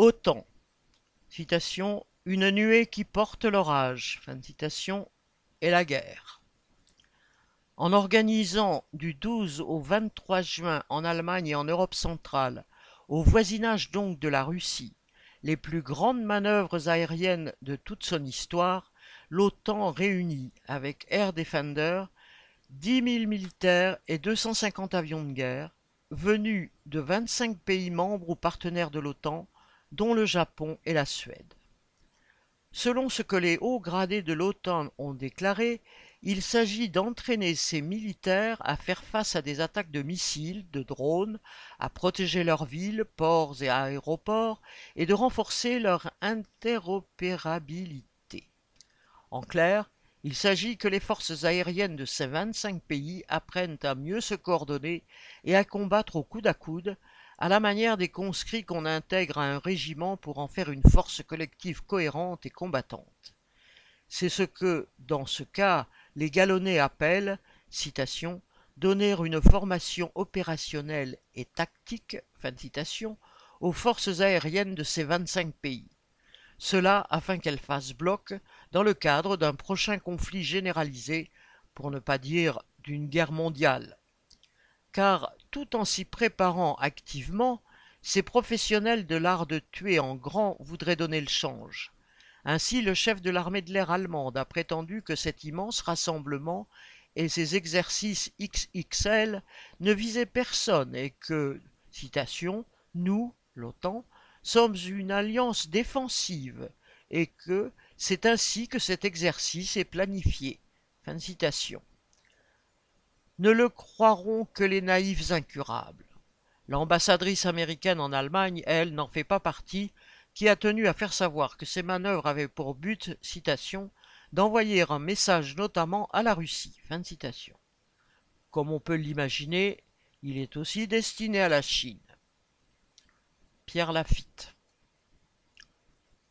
OTAN, citation, une nuée qui porte l'orage, fin de citation, et la guerre. En organisant du 12 au 23 juin en Allemagne et en Europe centrale, au voisinage donc de la Russie, les plus grandes manœuvres aériennes de toute son histoire, l'OTAN réunit, avec Air Defender, 10 000 militaires et 250 avions de guerre, venus de 25 pays membres ou partenaires de l'OTAN, dont le Japon et la Suède. Selon ce que les hauts gradés de l'OTAN ont déclaré, il s'agit d'entraîner ces militaires à faire face à des attaques de missiles, de drones, à protéger leurs villes, ports et aéroports, et de renforcer leur interopérabilité. En clair, il s'agit que les forces aériennes de ces 25 pays apprennent à mieux se coordonner et à combattre au coude à coude, à la manière des conscrits qu'on intègre à un régiment pour en faire une force collective cohérente et combattante. C'est ce que, dans ce cas, les galonnés appellent, citation, donner une formation opérationnelle et tactique, fin de citation, aux forces aériennes de ces 25 pays. Cela afin qu'elles fassent bloc dans le cadre d'un prochain conflit généralisé, pour ne pas dire d'une guerre mondiale. Car tout en s'y préparant activement, ces professionnels de l'art de tuer en grand voudraient donner le change. Ainsi, le chef de l'armée de l'air allemande a prétendu que cet immense rassemblement et ces exercices XXL ne visaient personne et que, citation, nous, l'OTAN, sommes une alliance défensive et que c'est ainsi que cet exercice est planifié. Fin de citation. Ne le croiront que les naïfs incurables. L'ambassadrice américaine en Allemagne, elle, n'en fait pas partie, qui a tenu à faire savoir que ces manœuvres avaient pour but, citation, d'envoyer un message notamment à la Russie. Fin de citation. Comme on peut l'imaginer, il est aussi destiné à la Chine. Pierre Lafitte.